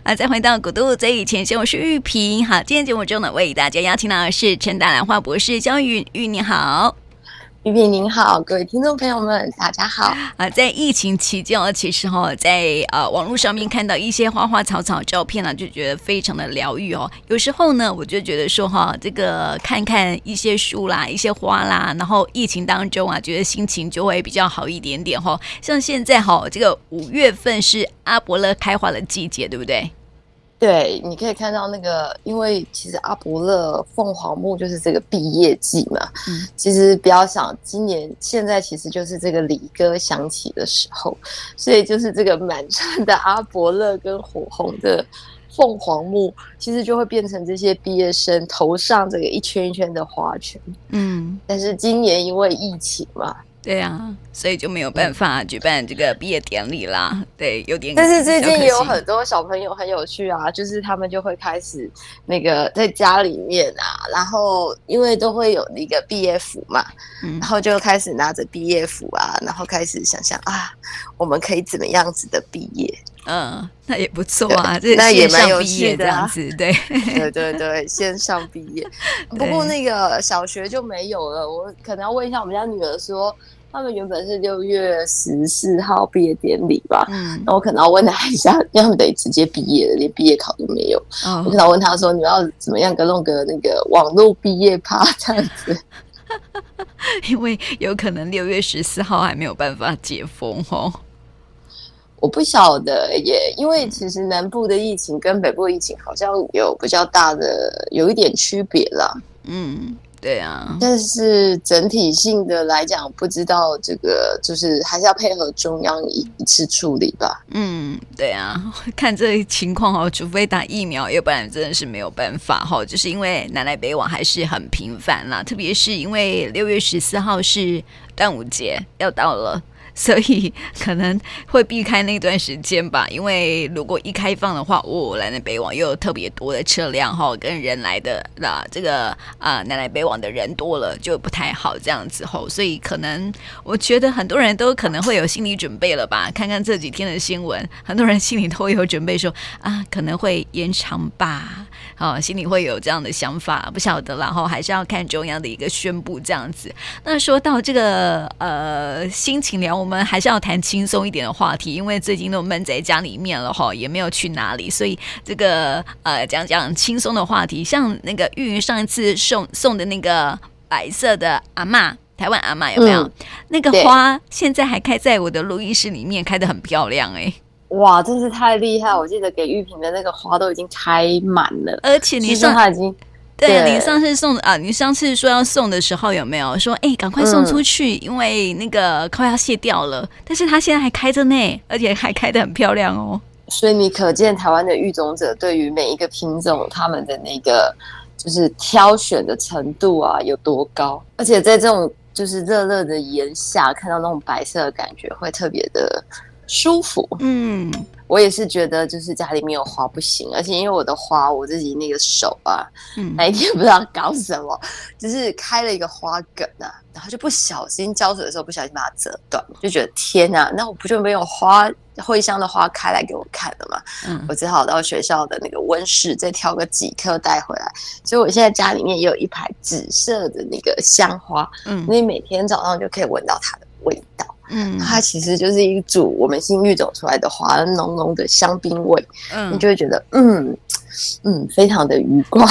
再回到古都最以前，我是玉萍。好，今天节目中呢，为大家邀请到的是陈大兰花博士焦玉玉，你好。 玉萍您好，各位听众朋友们，大家好。 在疫情期间其实在网络上面看到一些花花草草照片就觉得非常的疗愈有时候呢，我就觉得说这个看看一些树啦、一些花啦，然后疫情当中觉得心情就会比较好一点点像现在这个5月份是阿伯勒开花的季节，对不对？ 对，你可以看到那个，因为其实阿伯勒凤凰木就是这个毕业季嘛。其实不要想，现在其实就是这个礼歌响起的时候，所以就是这个满川的阿伯勒跟火红的凤凰木，其实就会变成这些毕业生头上这个一圈一圈的花圈。但是今年因为疫情嘛。 对啊，所以就没有办法举办这个毕业典礼啦。对，有点。 但是最近也有很多小朋友很有趣啊，就是他们就会开始那个在家里面然后因为都会有那个毕业服嘛，然后就开始拿着毕业服然后开始想想我们可以怎么样子的毕业。 那也不错那也蛮有趣的这样子。对对，线上毕业。不过那个小学就没有了，我可能要问一下我们家女儿说，他们原本是6月14号毕业典礼吧，那我可能要问他一下，因为他们得直接毕业了，连毕业考都没有。我可能要问他说，你们要怎么样弄个那个网络毕业趴这样子。 因为有可能6月14号还没有办法解封我不晓得耶，因为其实南部的疫情跟北部的疫情好像有比较大的有一点区别啦。 对啊， 但是整体性的来讲，不知道这个就是还是要配合中央一次处理吧。 对啊，看这情况除非打疫苗，要不然真的是没有办法就是因为南来北往还是很频繁啦，特别是因为6月14号是端午节要到了。所以可能会避开那段时间吧，因为如果一开放的话，南来北往又有特别多的车辆跟人来的这个南来北往的人多了就不太好这样子所以可能我觉得很多人都可能会有心理准备了吧，看看这几天的新闻，很多人心里都有准备说可能会延长吧，心里会有这样的想法，不晓得啦还是要看中央的一个宣布这样子。那说到这个心情聊，我们还是要谈轻松一点的话题，因为最近都闷在家里面了也没有去哪里，所以这个讲轻松的话题，像那个玉云上一次送的那个白色的阿嬷，台湾阿嬷有没有？那个花现在还开在我的录音室里面，开得很漂亮哇，真是太厉害！我记得给玉萍的那个花都已经开满了， 而且你说它已经。 对，你上次送你上次说要送的时候有没有说赶快送出去，因为那个快要谢掉了，但是它现在还开着呢，而且还开得很漂亮所以你可见台湾的育种者对于每一个品种他们的那个就是挑选的程度有多高，而且在这种就是热热的炎下看到那种白色的感觉会特别的舒服。我也是觉得就是家里没有花不行，而且因为我的花我自己那个手那一天不知道搞什么，就是开了一个花梗然后就不小心浇水的时候不小心把它折断，就觉得天那我不就没有茴香的花开来给我看了嘛。我只好到学校的那个温室再挑个几颗带回来，所以我现在家里面也有一排紫色的那个香花，所以每天早上就可以闻到它的味道。它其实就是一组我们新育种出来的花，浓浓的香槟味，你就会觉得非常的愉快。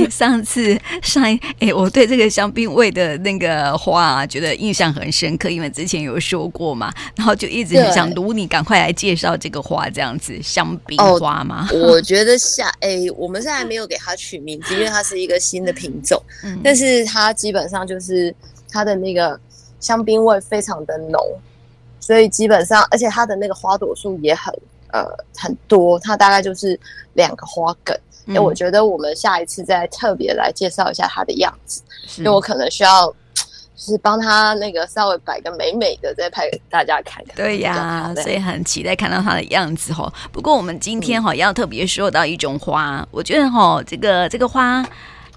我对这个香槟味的那个花觉得印象很深刻，因为之前有说过嘛，然后就一直很想卢你赶快来介绍这个花，这样子香槟花吗？ 我觉得我们现在还没有给它取名字，因为它是一个新的品种，但是它基本上就是它的那个香槟味非常的浓，所以基本上而且它的那个花朵数也很多，它大概就是2个花梗。我觉得我们下一次再特别来介绍一下它的样子，因为我可能需要就是帮它那个稍微摆个美美的再拍给大家看看。 对呀，所以很期待看到它的样子不过我们今天要特别说到一种花，我觉得这个花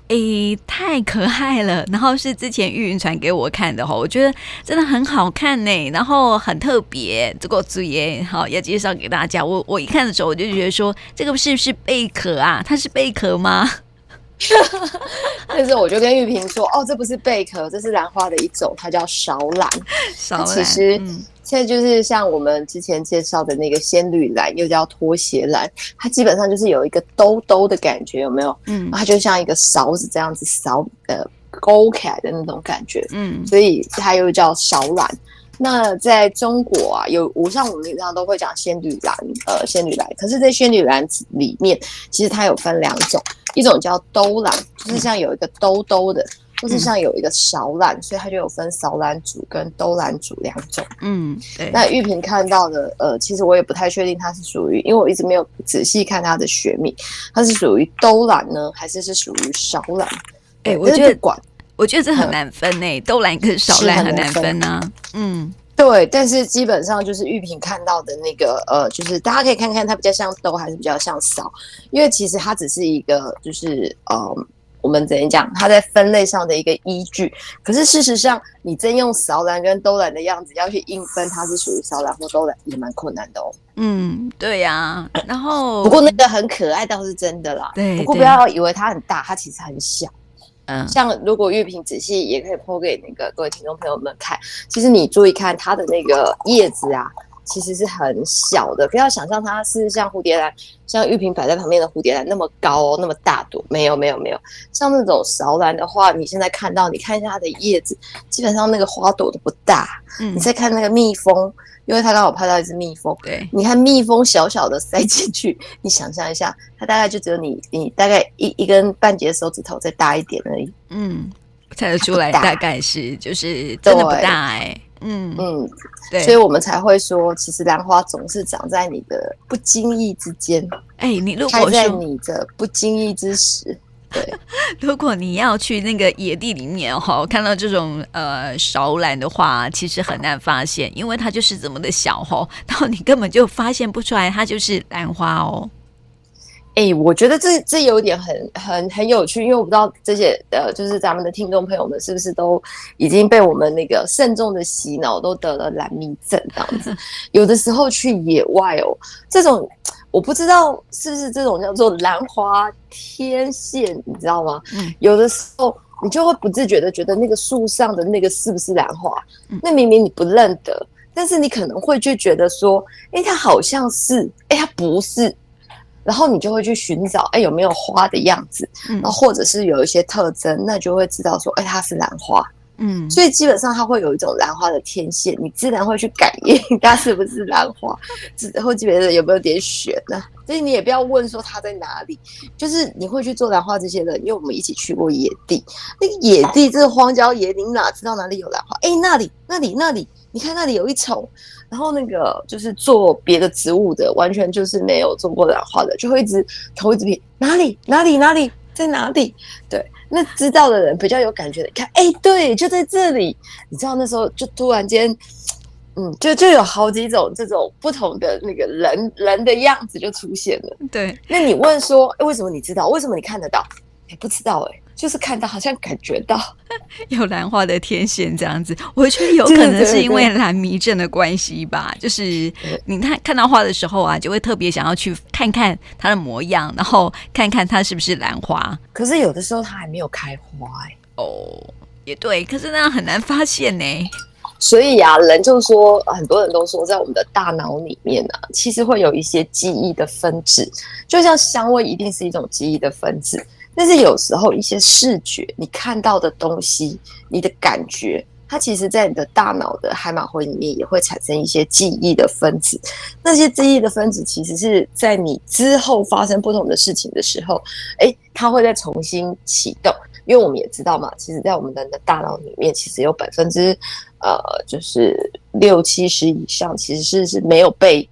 太可爱了。然后是之前玉云传给我看的我觉得真的很好看呢，然后很特别，这个注意好要介绍给大家。我一看的时候我就觉得说，这个是不是贝壳啊？它是贝壳吗？ 但是我就跟玉萍说，这不是贝壳，这是兰花的一种，它叫韶兰。 韶兰其实现在就是像我们之前介绍的那个仙女兰，又叫拖鞋兰，它基本上就是有一个兜兜的感觉，有没有？它就像一个勺子这样子勾起来的那种感觉。所以它又叫韶兰。那在中国啊，像我们平常都会讲仙女兰，可是在仙女兰里面，其实它有分两种，一种叫兜兰，就是像有一个兜兜的，或是像有一个韶兰，所以它就有分韶兰组跟兜兰组两种。对。那玉萍看到的，其实我也不太确定它是属于，因为我一直没有仔细看它的学名，它是属于兜兰呢，还是属于韶兰？ 我觉得这很难分兜兰跟韶兰很难分啊。 对，但是基本上就是玉萍看到的那个就是大家可以看看它比较像兜还是比较像韶，因为其实它只是一个就是我们怎样讲，它在分类上的一个依据。可是事实上，你真用韶兰跟兜兰的样子要去硬分它是属于韶兰或兜兰，也蛮困难的对呀。然后不过那个很可爱倒是真的啦。 对。 不过不要以为它很大，它其实很小。像如果玉萍仔细也可以po给那个各位听众朋友们看，其实你注意看它的那个叶子啊，其实是很小的，不要想象它是像蝴蝶兰，像玉萍摆在旁边的蝴蝶兰那么高那么大朵，没有。像那种韶兰的话，你现在看到，你看一下它的叶子，基本上那个花朵都不大。你再看那个蜜蜂，因为他刚好拍到一只蜜蜂， 对， 你看蜜蜂小小的塞进去，你想象一下，它大概就只有你大概一根半截手指头再大一点而已。 猜得出来，大概是就是真的不大对， 所以我们才会说，其实兰花总是长在你的不经意之间， 你如果开在你的不经意之时。对， 如果你要去那个野地里面看到这种韶兰的话，其实很难发现，因为它就是这么的小然后你根本就发现不出来它就是兰花我觉得这有点很有趣，因为我不知道这些就是咱们的听众朋友们是不是都已经被我们那个慎重的洗脑，都得了兰迷症这样子。有的时候去野外这种我不知道是不是这种叫做兰花天线，你知道吗？有的时候你就会不自觉的觉得那个树上的那个是不是兰花？那明明你不认得，但是你可能会就觉得说，它好像是，它不是。然后你就会去寻找，有没有花的样子，然后或者是有一些特征，那就会知道说，它是兰花。所以基本上它会有一种兰花的天线，你自然会去感应它是不是兰花，或基本上有没有点选呢？所以你也不要问说它在哪里，就是你会去做兰花这些人，因为我们一起去过野地，那个野地这个荒郊野，你哪知道哪里有兰花？那里，你看那里有一丛。然后那个就是做别的植物的，完全就是没有做过兰花的，就会头一直撇哪里在哪里？对，那知道的人比较有感觉的，看，对，就在这里。你知道那时候就突然间，就有好几种这种不同的那个人的样子就出现了。 对， 那你问说，为什么你知道？为什么你看得到？不知道就是看到，好像感觉到有兰花的天线这样子。我觉得有可能是因为兰迷症的关系吧，就是你看到花的时候啊，就会特别想要去看看它的模样，然后看看它是不是兰花。 可是有的时候它还没有开花也对，可是那样很难发现所以人就说，很多人都说，在我们的大脑里面其实会有一些记忆的分支，就像香味一定是一种记忆的分支。但是有时候一些视觉，你看到的东西，你的感觉，它其实在你的大脑的海马回里面也会产生一些记忆的分子。那些记忆的分子其实是在你之后发生不同的事情的时候，它会再重新启动。因为我们也知道嘛，其实在我们的大脑里面，其实有就是60-70%以上其实是没有被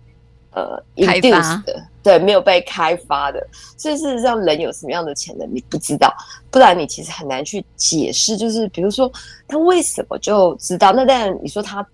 induce 的，对，没有被开发的。所以事实上，人有什么样的潜能你不知道，不然你其实很难去解释。就是比如说他为什么就知道，那当然你说他懂，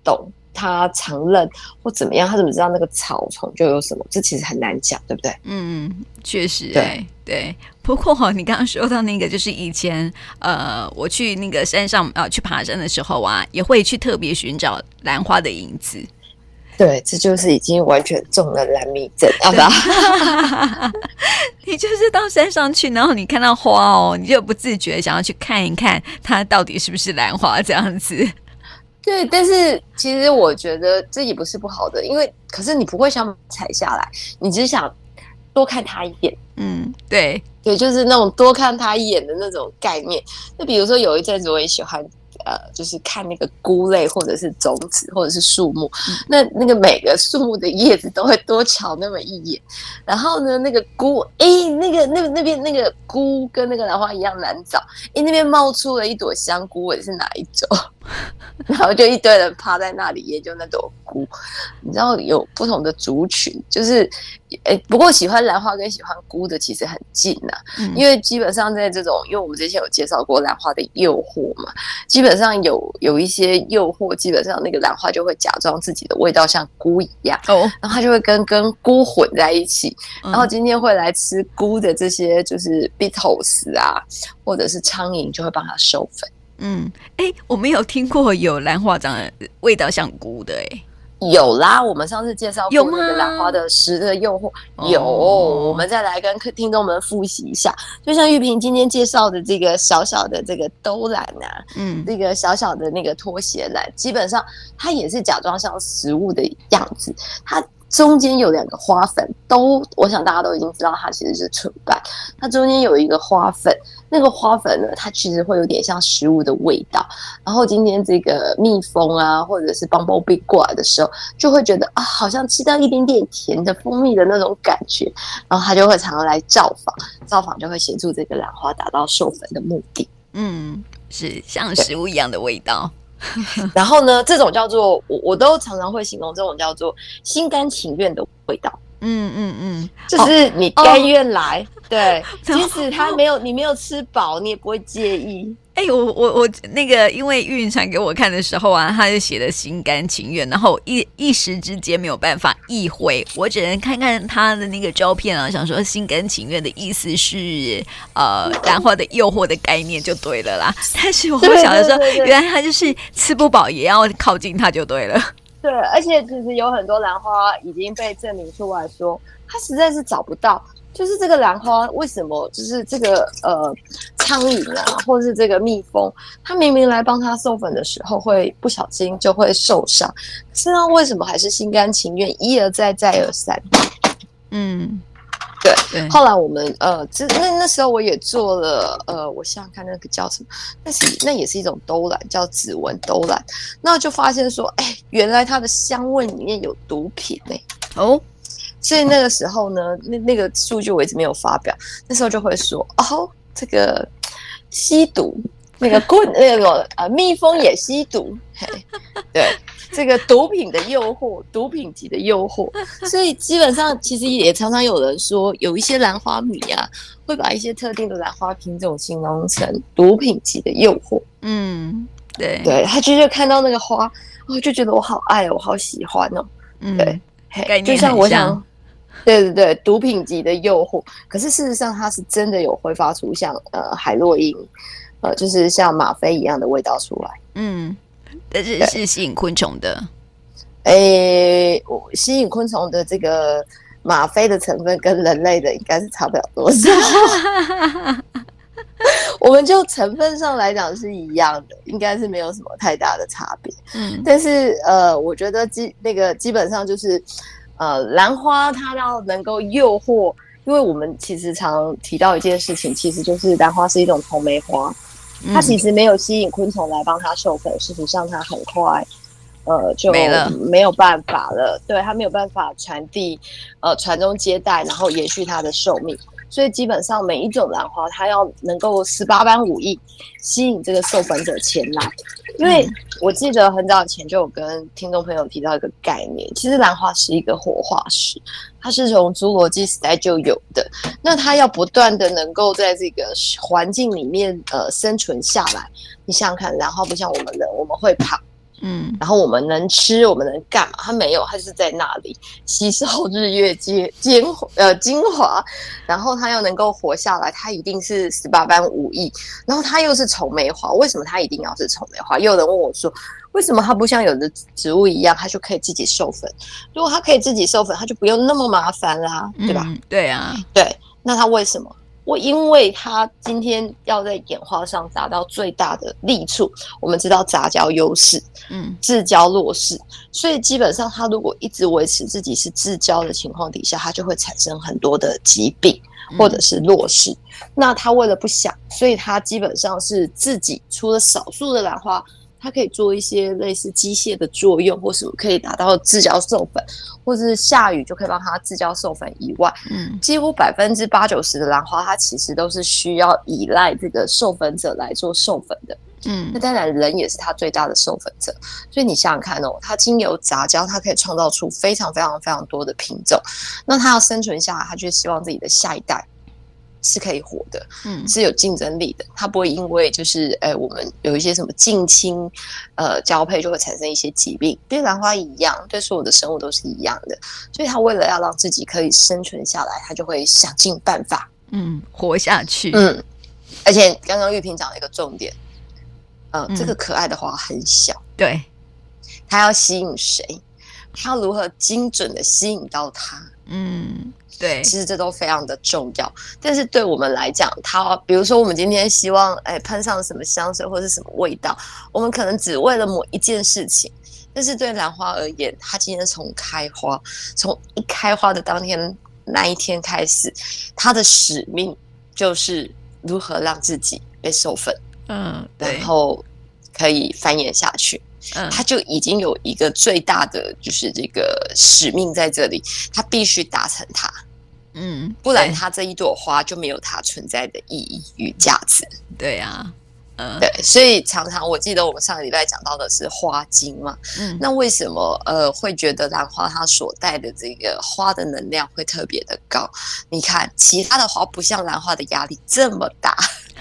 它常认或怎么样，它怎么知道那个草丛就有什么？这其实很难讲，对不对？ 嗯，确实、 对对。不过你刚刚说到那个，就是以前我去那个山上去爬山的时候啊，也会去特别寻找兰花的影子。 对，这就是已经完全中了蓝迷症，好不好？ 你就是到山上去，然后你看到花哦，你就不自觉想要去看一看它到底是不是兰花这样子。 对，但是其实我觉得这也不是不好的，因为可是你不会想采下来，你只是想多看它一眼。 对， 就是那种多看它一眼的那种概念。就比如说有一阵子我也喜欢就是看那个菇类或者是种子或者是树木，那个每个树木的叶子都会多瞧那么一眼。然后呢，那个菇，那边那个菇跟那个兰花一样难找，那边冒出了一朵香菇，我是哪一种？然后就一堆人趴在那里研究那朵菇。你知道有不同的族群，就是不过喜欢兰花跟喜欢菇的其实很近啊，因为基本上在这种，因为我们之前有介绍过兰花的诱惑嘛，基本上有一些诱惑，基本上那个兰花就会假装自己的味道像菇一样，然后它就会跟菇混在一起，然后今天会来吃菇的这些就是 beetles 啊，或者是苍蝇就会帮它授粉。 我没有听过有兰花长得味道像菇的有啦，我们上次介绍过那个兰花的10的诱惑，有，我们再来跟听众们复习一下。就像玉萍今天介绍的这个小小的这个兜兰啊，这个小小的那个拖鞋兰，基本上它也是假装像食物的样子，它中间有2个花粉，我想大家都已经知道它其实是唇瓣，它中间有一个花粉，那个花粉呢，它其实会有点像食物的味道。然后今天这个蜜蜂啊，或者是 bumblebee 过来的时候，就会觉得啊，好像吃到一点点甜的蜂蜜的那种感觉，然后它就会常常来造访就会协助这个兰花达到授粉的目的。 是像食物一样的味道。 然后呢，这种叫做我都常常会形容这种叫做心甘情愿的味道。就是你甘愿来，对，即使你没有吃饱，你也不会介意。 我那个，因为玉云传给我看的时候啊，他就写的心甘情愿，然后一时之间没有办法意会，我只能看看他的那个照片啊，想说心甘情愿的意思是兰花的诱惑的概念就对了啦。但是我想的时候，原来他就是吃不饱也要靠近他就对了。 对，而且其实有很多兰花已经被证明出来说，它实在是找不到，就是这个兰花为什么就是这个苍蝇啊，或是这个蜜蜂，它明明来帮它授粉的时候会不小心就会受伤，可是呢为什么还是心甘情愿一而再再而三？对，后来我们那时候我也做了我想想看那个叫什么，那也是一种兜兰，叫指纹兜兰，那就发现说，原来它的香味里面有毒品所以那个时候呢，那个数据我一直没有发表，那时候就会说这个吸毒，那个蜜蜂也吸毒，对。这个毒品的诱惑，毒品级的诱惑，所以基本上其实也常常有人说，有一些兰花迷啊，会把一些特定的兰花品种形容成毒品级的诱惑。对，他就看到那个花，就觉得我好爱哦，我好喜欢哦。对，就像我想，对，毒品级的诱惑。可是事实上，它是真的有挥发出像海洛因，就是像吗啡一样的味道出来。 但是是吸引昆虫的。 吸引昆虫的这个吗啡的成分跟人类的应该是差不了多少。我们就成分上来讲是一样的，应该是没有什么太大的差别。但是我觉得基本上就是兰花它要能够诱惑，因为我们其实常提到一件事情，其实就是兰花是一种同霉花。它其实没有吸引昆虫来帮它授粉，事实上它很快就没有办法了。对，它没有办法传递传宗接代，然后延续它的寿命。所以基本上每一种兰花，它要能够18般武艺吸引这个授粉者前来。因为我记得很早以前就有跟听众朋友提到一个概念，其实兰花是一个活化石，它是从侏罗纪时代就有的。那它要不断的能够在这个环境里面生存下来。你想想看，兰花不像我们人，我们会跑， 然后我们能吃，我们能干嘛？它没有，它就是在那里吸收日月精华，然后它又能够活下来，它一定是18般武艺。然后它又是虫媒花，为什么它一定要是虫媒花？又有人问我说，为什么它不像有的植物一样，它就可以自己授粉？如果它可以自己授粉，它就不用那么麻烦啦，对吧？ 对啊， 对，那它为什么？因为它今天要在演化上达到最大的利处，我们知道杂交优势，自交弱势，所以基本上它如果一直维持自己是自交的情况底下，它就会产生很多的疾病或者是弱势。那它为了不想，所以它基本上是自己除了少数的兰花，它可以做一些类似机械的作用，或什么可以达到自交授粉，或是下雨就可以帮它自交授粉以外，几乎80%-90%的兰花，它其实都是需要依赖这个授粉者来做授粉的。那当然人也是它最大的授粉者，所以你想想看哦，它经由杂交，它可以创造出非常非常非常多的品种。那它要生存下来，它就希望自己的下一代是可以活的，是有竞争力的，它不会因为就是我们有一些什么近亲交配就会产生一些疾病，对兰花一样，对所有的生物都是一样的，所以它为了要让自己可以生存下来，它就会想尽办法活下去。 而且刚刚玉萍讲了一个重点，这个可爱的花很小， 对， 它要吸引谁，它要如何精准的吸引到它， 对， 其实这都非常的重要。但是对我们来讲，比如说我们今天希望喷上什么香水或是什么味道，我们可能只为了某一件事情。但是对兰花而言，它今天从一开花的当天那一天开始，它的使命就是如何让自己被授粉，然后可以繁衍下去。他就已经有一个最大的就是这个使命在这里，他必须达成它，不然他这一朵花就没有它存在的意义与价值。 对啊， 对，所以常常我记得我们上个礼拜讲到的是花精嘛，那为什么会觉得兰花它所带的这个花的能量会特别的高？你看其他的花不像兰花的压力这么大。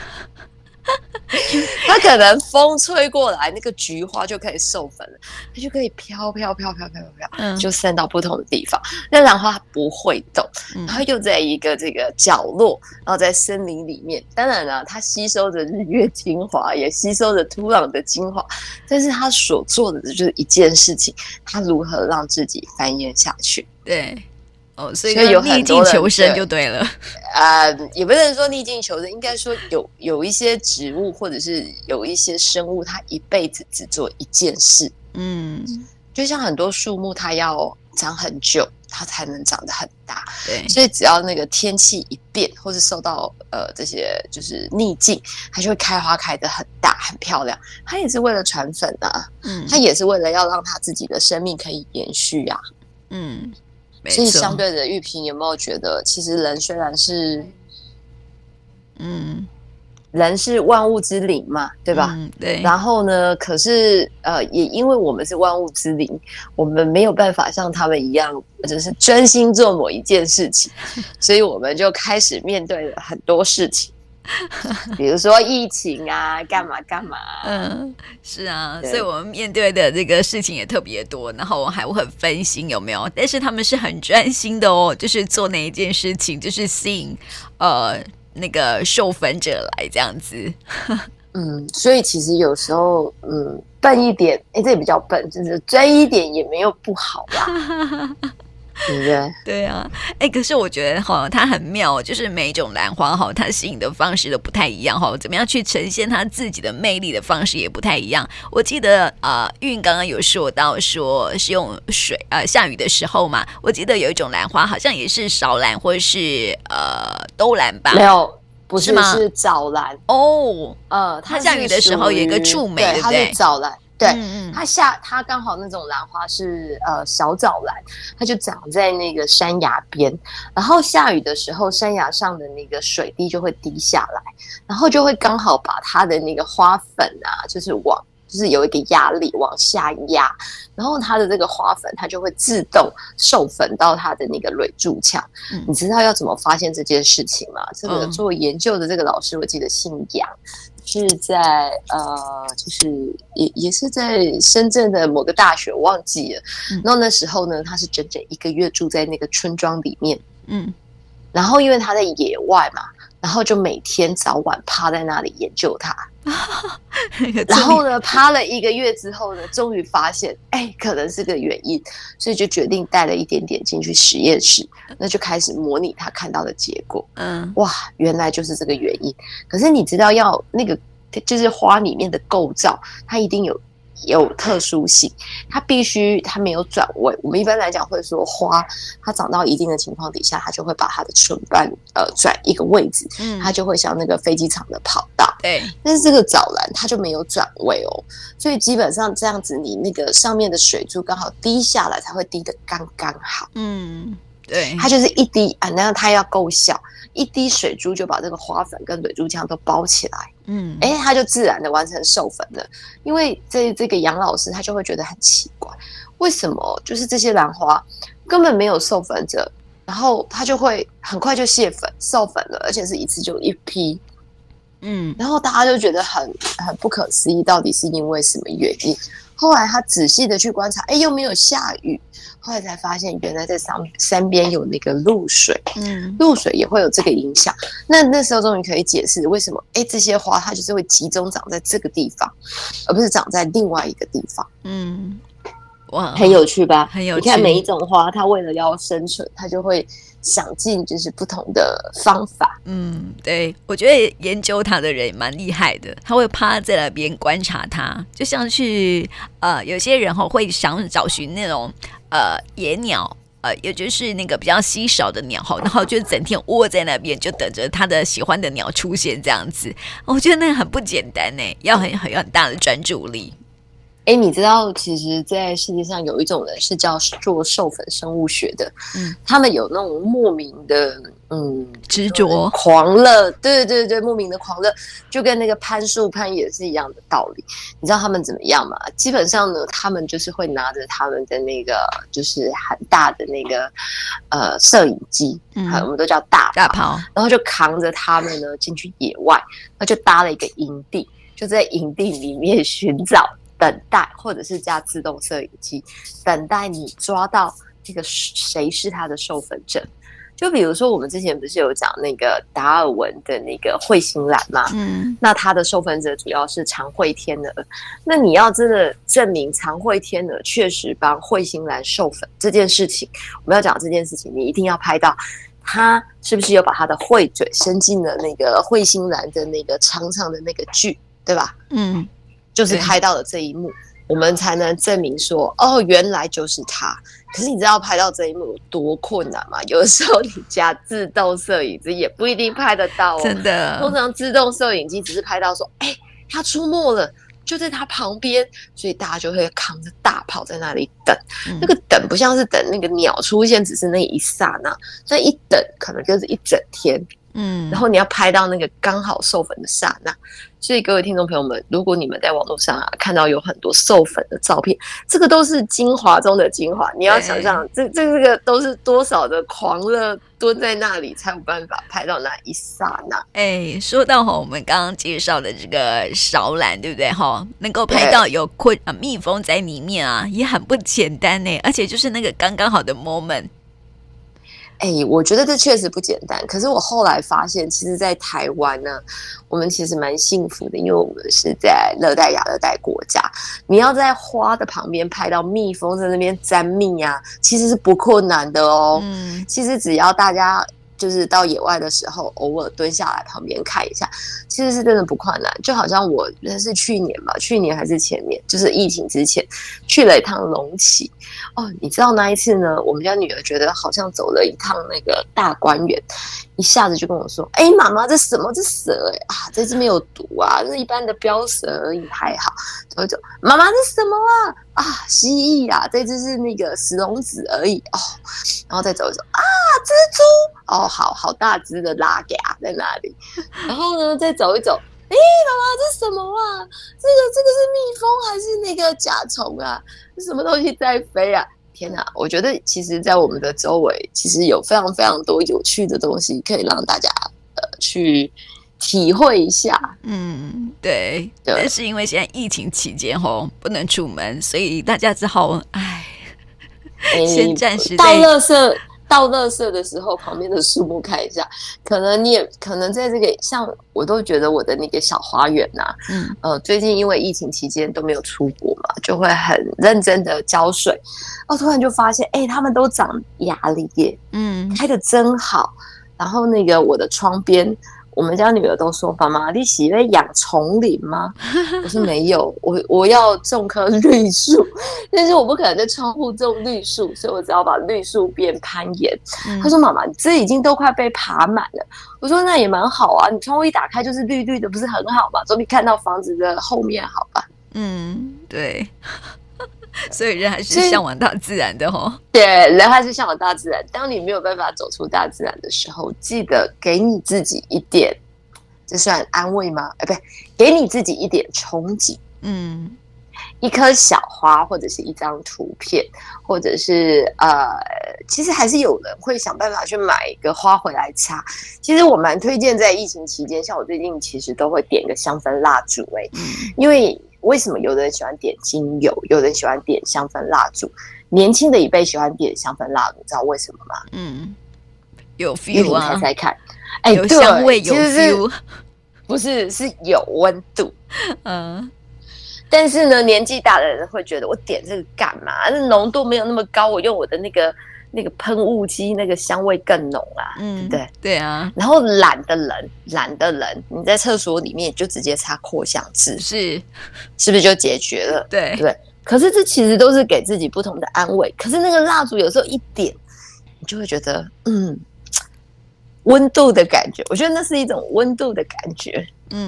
它可能风吹过来，那个菊花就可以授粉了，它就可以飘，就散到不同的地方。那兰花它不会动，然后又在一个这个角落，然后在森林里面。当然了，它吸收着日月精华，也吸收着土壤的精华，但是它所做的就是一件事情，它如何让自己繁衍下去。 对。所以有逆境求生就对了。 也不能说逆境求生，应该说有一些植物或者是有一些生物，它一辈子只做一件事。就像很多树木，它要长很久，它才能长得很大。对，所以只要那个天气一变，或是受到这些就是逆境，它就会开花开得很大很漂亮。它也是为了传粉啊，它也是为了要让它自己的生命可以延续啊。所以相对的，玉萍有没有觉得，其实人虽然是，人是万物之灵嘛，对吧？对。然后呢，可是也因为我们是万物之灵，我们没有办法像他们一样，就是专心做某一件事情，所以我们就开始面对了很多事情。比如说疫情啊，干嘛， 是啊，所以我们面对的这个事情也特别多，然后我还会很分心，有没有？但是他们是很专心的哦，就是做那一件事情，就是吸引那个授粉者来这样子。 所以其实有时候笨一点，这也比较笨，就是专一点也没有不好啦。对不对？ 对啊，可是我觉得它很妙，就是每一种兰花它吸引的方式都不太一样怎么样去呈现它自己的魅力的方式也不太一样。我记得韵刚刚有说到说是用水下雨的时候嘛，我记得有一种兰花好像也是芍兰或者是兜兰吧？ 没有，不是吗？ 是枣兰它下雨的时候有一个触媒，对不对？ 它是枣兰。对，它刚好那种兰花是小枣兰，它就长在那个山崖边，然后下雨的时候，山崖上的那个水滴就会滴下来，然后就会刚好把它的那个花粉就是有一个压力往下压，然后它的这个花粉它就会自动授粉到它的那个蕊柱腔。你知道要怎么发现这件事情吗？这个做研究的这个老师我记得姓杨， 是在就是也是在深圳的某个大学，我忘记了。然后那时候呢，他是整整1个月住在那个村庄里面。然后因为他在野外嘛，然后就每天早晚趴在那里研究它。然后呢，趴了1个月之后呢，终于发现，可能是个原因，所以就决定带了一点点进去实验室，那就开始模拟他看到的结果。哇，原来就是这个原因。可是你知道，要那个就是花里面的构造，它一定有特殊性，它没有转位。我们一般来讲会说花它长到一定的情况底下，它就会把它的唇瓣转一个位置，它就会像那个飞机场的跑道。 对， 但是这个藻兰它就没有转位哦，所以基本上这样子，你那个上面的水珠刚好滴下来才会滴得刚刚好。 对， 它就是一滴那样它要够小，一滴水珠就把这个花粉跟水珠浆都包起来。它就自然的完成授粉了。因为这个杨老师他就会觉得很奇怪，为什么就是这些兰花根本没有授粉者，然后它就会很快就泄粉授粉了，而且是一次就一批。然后大家就觉得很不可思议，到底是因为什么原因？后来他仔细的去观察，又没有下雨，后来才发现原来在山边有那个露水，露水也会有这个影响。那时候终于可以解释为什么这些花它就是会集中长在这个地方，而不是长在另外一个地方。 哇， 很有趣吧？ 很有趣。 你看每一种花，它为了要生存，它就会想尽就是不同的方法。 对，我觉得研究它的人蛮厉害的，他会趴在那边观察它，就像去有些人会想找寻那种野鸟。也就是那个比较稀少的鸟，然后就整天窝在那边，就等着他的喜欢的鸟出现这样子。我觉得那个很不简单呢，要很大的专注力。 你知道其实在世界上有一种人是叫做授粉生物学的，他们有那种莫名的执着狂热，对对对，莫名的狂热，就跟那个攀树攀也是一样的道理。你知道他们怎么样吗？基本上呢，他们就是会拿着他们的那个就是很大的那个摄影机，我们都叫大炮，然后就扛着他们呢进去野外，那就搭了一个营地，就在营地里面寻找。等待，或者是加自动摄影机，等待你抓到这个谁是他的授粉者。就比如说，我们之前不是有讲那个达尔文的那个彗星兰嘛？那他的授粉者主要是长喙天鹅。那你要真的证明长喙天鹅确实帮彗星兰授粉这件事情，我们要讲这件事情，你一定要拍到他是不是有把他的喙嘴伸进了那个彗星兰的那个长长的那个距，对吧？就是拍到了这一幕，我们才能证明说，原来就是他。可是你知道拍到这一幕有多困难吗？有的时候你加自动摄影机也不一定拍得到真的。 通常自动摄影机只是拍到说，他出没了，就在他旁边，所以大家就会扛着大炮在那里等。那个等不像是等那个鸟出现，只是那一刹那，那一等可能就是一整天。然后你要拍到那个刚好授粉的刹那，所以各位听众朋友们，如果你们在网络上看到有很多授粉的照片，这个都是精华中的精华。你要想象，这个都是多少的狂热蹲在那里才有办法拍到那一刹那。 说到我们刚刚介绍的这个韶兰，对不对？能够拍到有蜜蜂在里面啊，也很不简单呢。而且就是那个刚刚好的 moment。 我觉得这确实不简单。可是我后来发现，其实在台湾呢，我们其实蛮幸福的，因为我们是在热带亚热带国家。你要在花的旁边拍到蜜蜂在那边沾蜜啊，其实是不困难的哦。其实只要大家就是到野外的时候，偶尔蹲下来旁边看一下，其实是真的不困难。就好像我是去年还是前年，就是疫情之前去了一趟龙崎。你知道那一次呢，我们家女儿觉得好像走了一趟那个大观园，一下子就跟我说：“妈妈，这什么？这蛇这只没有毒啊，这是一般的标蛇而已，还好。”走一走，妈妈，这什么啊？蜥蜴啊，这只是那个石龙子而已然后再走一走蜘蛛好大只的拉嘎在那里。然后呢，再走一走。妈妈，这什么啊？这个是蜜蜂还是那个甲虫啊？是什么东西在飞啊？天哪！我觉得其实在我们的周围，其实有非常非常多有趣的东西可以让大家去体会一下。 对。但是因为现在疫情期间不能出门，所以大家只好先暂时倒垃圾的时候，旁边的树木看一下，可能你也可能在这个，像我都觉得我的那个小花园最近因为疫情期间都没有出国嘛，就会很认真的浇水，突然就发现，他们都长芽了耶，开得真好。然后那个我的窗边，我们家女儿都说：“妈妈，你喜欢养丛林吗？”我说没有，我要种棵绿树，但是我不可能在窗户种绿树，所以我只好把绿树边攀岩。她说：“妈妈，这已经都快被爬满了。”我说：“那也蛮好啊，你窗户一打开就是绿绿的，不是很好吗？总比看到房子的后面好吧？” 对。所以人还是向往大自然的对，人还是向往大自然。当你没有办法走出大自然的时候，记得给你自己一点，这算安慰吗？不对，给你自己一点憧憬。一棵小花，或者是一张图片，或者是其实还是有人会想办法去买一个花回来插。其实我蛮推荐在疫情期间，像我最近其实都会点个香氛蜡烛因为什么有的人喜欢点精油，有的人喜欢点香氛蜡烛，年轻的一辈喜欢点香氛蜡烛，知道为什么吗？ 有 feel 啊， 猜猜看， 有香味，有 feel， 不是有温度，但是呢，年纪大的人会觉得我点这个干嘛？那浓度没有那么高，我用我的那个喷雾机，那个香味更浓对不对？ 对啊。 然后懒的人，你在厕所里面就直接擦扩香脂，是不是就解决了？ 对。 可是这其实都是给自己不同的安慰。可是那个蜡烛有时候一点，你就会觉得温度的感觉。我觉得那是一种温度的感觉。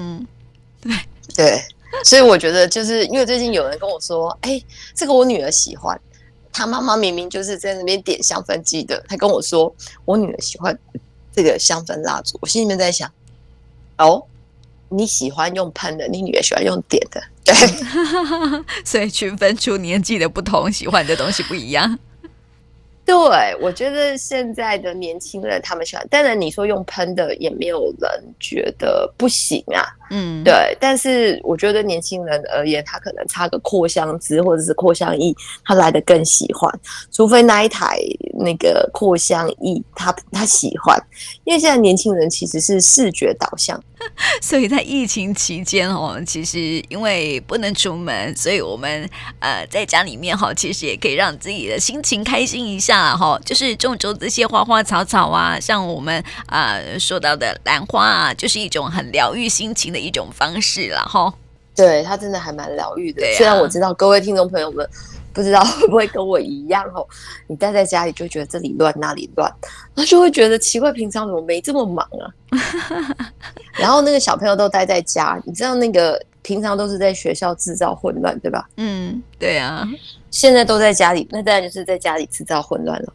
对。所以我觉得就是因为最近有人跟我说，这个我女儿喜欢，她妈妈明明就是在那边点香氛机的，她跟我说我女儿喜欢这个香氛蜡烛，我心里面在想，你喜欢用喷的，你女儿喜欢用点的，对， 所以区分出年纪的不同，喜欢的东西不一样。 对，我觉得现在的年轻人他们喜欢，当然你说用喷的也没有人觉得不行啊，对，但是我觉得年轻人而言，他可能插个扩香枝或者是扩香液，他来得更喜欢，除非那一台那个扩香液他喜欢，因为现在年轻人其实是视觉导向。 所以在疫情期间其实因为不能出门，所以我们在家里面其实也可以让自己的心情开心一下就是种这些花花草草啊，像我们说到的兰花就是一种很疗愈心情的一种方式啦对，它真的还蛮疗愈的。虽然我知道各位听众朋友们不知道会不会跟我一样你待在家里就觉得这里乱那里乱，然后就会觉得奇怪，平常怎么没这么忙然后那个小朋友都待在家，你知道那个平常都是在学校制造混乱，对吧？ 对啊， 现在都在家里，那当然就是在家里制造混乱了。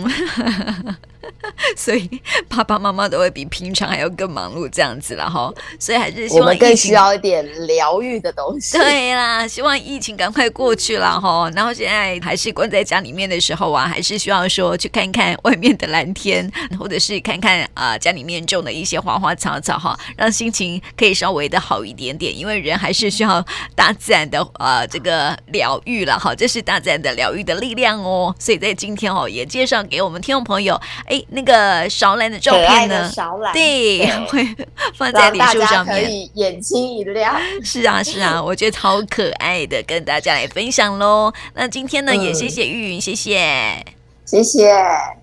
所以爸爸妈妈都会比平常还要更忙碌这样子啦所以还是希望我们更需要一点疗愈的东西。 对啦，希望疫情赶快过去啦然后现在还是关在家里面的时候还是需要说去看看外面的蓝天，或者是看看家里面种的一些花花草草让心情可以稍微的好一点点，因为人还是需要大自然的这个疗愈啦这是大自然的疗愈的力量所以在今天也介绍给我们听众朋友那个韶兰的照片呢， 韶兰对，会放在脸书上面， 可以眼睛一亮。 是啊，我觉得超可爱的，跟大家来分享咯。那今天呢，也谢谢玉云，谢谢。